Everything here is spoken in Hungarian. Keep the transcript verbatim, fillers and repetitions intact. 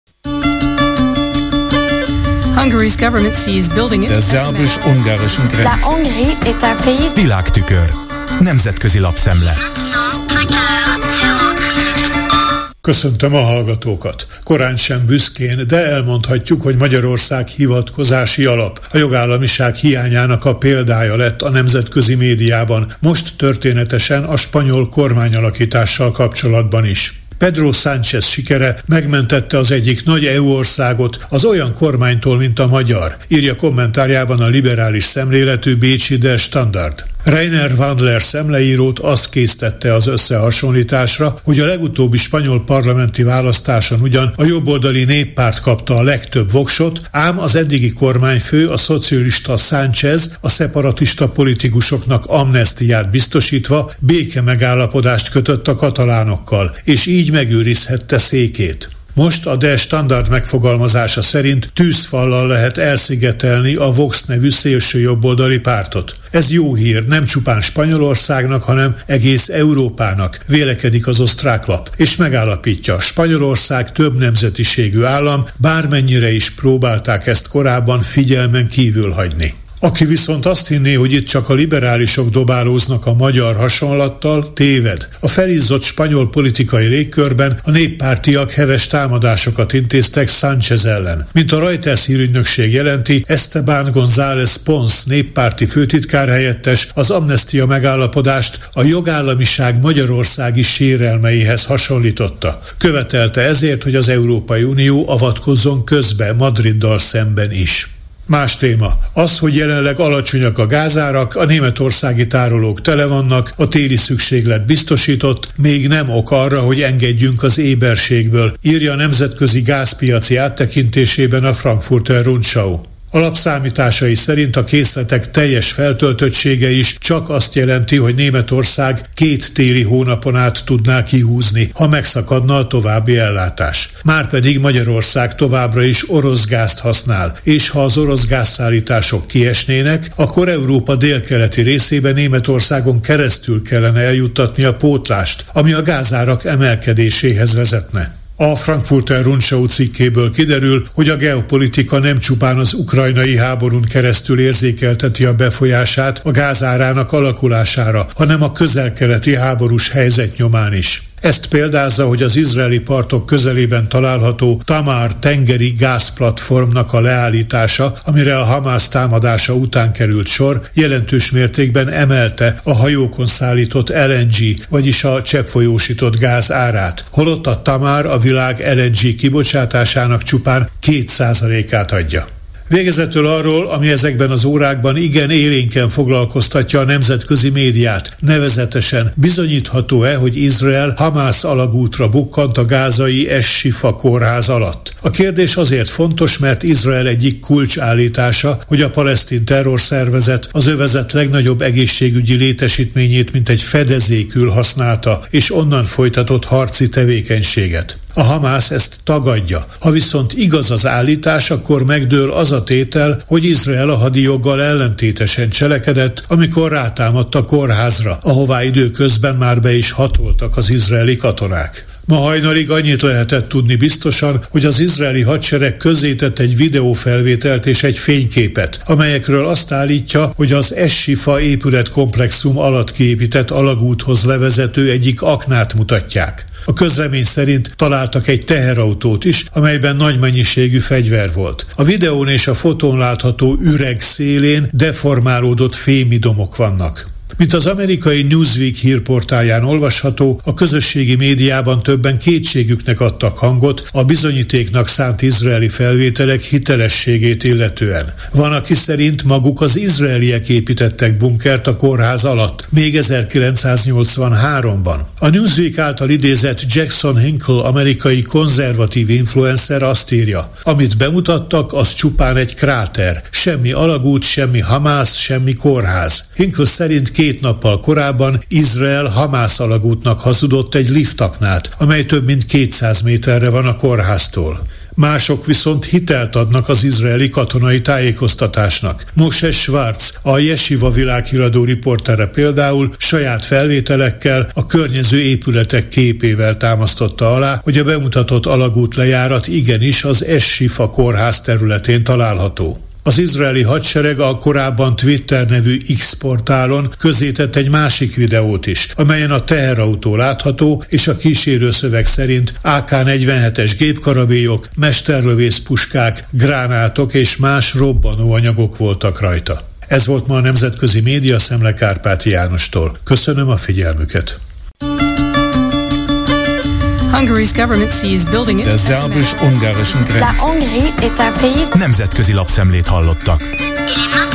Der szerbus-ungarischen Grenze. La Hongrie est un pays. Világtükör. Nemzetközi lapszemle. Köszöntöm a hallgatókat. Korán sem büszkén, de elmondhatjuk, hogy Magyarország hivatkozási alap. A jogállamiság hiányának a példája lett a nemzetközi médiában, most történetesen a spanyol kormányalakítással kapcsolatban is. Pedro Sánchez sikere megmentette az egyik nagy é u országot az olyan kormánytól, mint a magyar, írja kommentárjában a liberális szemléletű bécsi Der Standard. Rainer Wandler szemleírót azt késztette az összehasonlításra, hogy a legutóbbi spanyol parlamenti választáson ugyan a jobboldali Néppárt kapta a legtöbb voksot, ám az eddigi kormányfő, a szocialista Sánchez a szeparatista politikusoknak amnesztiát biztosítva béke megállapodást kötött a katalánokkal, és így megőrizhette székét. Most a Der Standard megfogalmazása szerint tűzfallal lehet elszigetelni a Vox nevű szélsőjobboldali pártot. Ez jó hír nem csupán Spanyolországnak, hanem egész Európának, vélekedik az osztrák lap, és megállapítja, Spanyolország több nemzetiségű állam, bármennyire is próbálták ezt korábban figyelmen kívül hagyni. Aki viszont azt hinné, hogy itt csak a liberálisok dobálóznak a magyar hasonlattal, téved. A felizzott spanyol politikai légkörben a néppártiak heves támadásokat intéztek Sánchez ellen. Mint a Reuters hírügynökség jelenti, Esteban González Pons néppárti főtitkár helyettes az amnestia megállapodást a jogállamiság magyarországi sérelmeihez hasonlította. Követelte ezért, hogy az Európai Unió avatkozzon közbe Madriddal szemben is. Más téma. Az, hogy jelenleg alacsonyak a gázárak, a németországi tárolók tele vannak, a téli szükséglet biztosított, még nem ok arra, hogy engedjünk az éberségből, írja a nemzetközi gázpiaci áttekintésében a Frankfurter Rundschau. A lap számításai szerint a készletek teljes feltöltöttsége is csak azt jelenti, hogy Németország két téli hónapon át tudná kihúzni, ha megszakadna a további ellátás. Márpedig Magyarország továbbra is orosz gázt használ, és ha az orosz gázszállítások kiesnének, akkor Európa délkeleti részében Németországon keresztül kellene eljuttatni a pótlást, ami a gázárak emelkedéséhez vezetne. A Frankfurter Rundschau cikkéből kiderül, hogy a geopolitika nem csupán az ukrajnai háborún keresztül érzékelteti a befolyását a gázárának alakulására, hanem a közel-keleti háborús helyzet nyomán is. Ezt példázza, hogy az izraeli partok közelében található Tamar tengeri gázplatformnak a leállítása, amire a Hamász támadása után került sor, jelentős mértékben emelte a hajókon szállított el en gé, vagyis a cseppfolyósított gáz árát, holott a Tamar a világ el en gé kibocsátásának csupán két százalékát adja. Végezetül arról, ami ezekben az órákban igen élénken foglalkoztatja a nemzetközi médiát, nevezetesen bizonyítható-e, hogy Izrael Hamász alagútra bukkant a gázai Es-Sifa kórház alatt. A kérdés azért fontos, mert Izrael egyik kulcsállítása, hogy a palesztin terrorszervezet az övezet legnagyobb egészségügyi létesítményét mint egy fedezékül használta, és onnan folytatott harci tevékenységet. A Hamász ezt tagadja. Ha viszont igaz az állítás, akkor megdől az a tétel, hogy Izrael a hadijoggal ellentétesen cselekedett, amikor rátámadt a kórházra, ahová időközben már be is hatoltak az izraeli katonák. Ma hajnalig annyit lehetett tudni biztosan, hogy az izraeli hadsereg közzétett egy videófelvételt és egy fényképet, amelyekről azt állítja, hogy az Es-Sifa épületkomplexum alatt kiépített alagúthoz levezető egyik aknát mutatják. A közlemény szerint találtak egy teherautót is, amelyben nagy mennyiségű fegyver volt. A videón és a fotón látható üreg szélén deformálódott fémidomok vannak. Mint az amerikai Newsweek hírportálján olvasható, a közösségi médiában többen kétségüknek adtak hangot a bizonyítéknak szánt izraeli felvételek hitelességét illetően. Van, aki szerint maguk az izraeliek építettek bunkert a kórház alatt, még ezerkilencszáznyolcvanháromban. A Newsweek által idézett Jackson Hinkle amerikai konzervatív influencer azt írja, amit bemutattak, az csupán egy kráter, semmi alagút, semmi Hamász, semmi kórház. Hinkle szerint két nappal korábban Izrael Hamász alagútnak hazudott egy liftaknát, amely több mint kétszáz méterre van a kórháztól. Mások viszont hitelt adnak az izraeli katonai tájékoztatásnak. Moshe Schwartz, a Yeshiva világhíradó riportere például saját felvételekkel, a környező épületek képével támasztotta alá, hogy a bemutatott alagút lejárat igenis az Es-Sifa kórház területén található. Az izraeli hadsereg a korábban Twitter nevű X-portálon közzétett egy másik videót is, amelyen a teherautó látható, és a kísérőszöveg szerint á ká negyvenhetes gépkarabélyok, mesterlövészpuskák, gránátok és más robbanóanyagok voltak rajta. Ez volt ma a Nemzetközi Média Szemle Kárpáti Jánostól. Köszönöm a figyelmüket! Der szerbus-ungarischen Grenze. La Hongrie est un pays... Nemzetközi lapszemlét hallottak.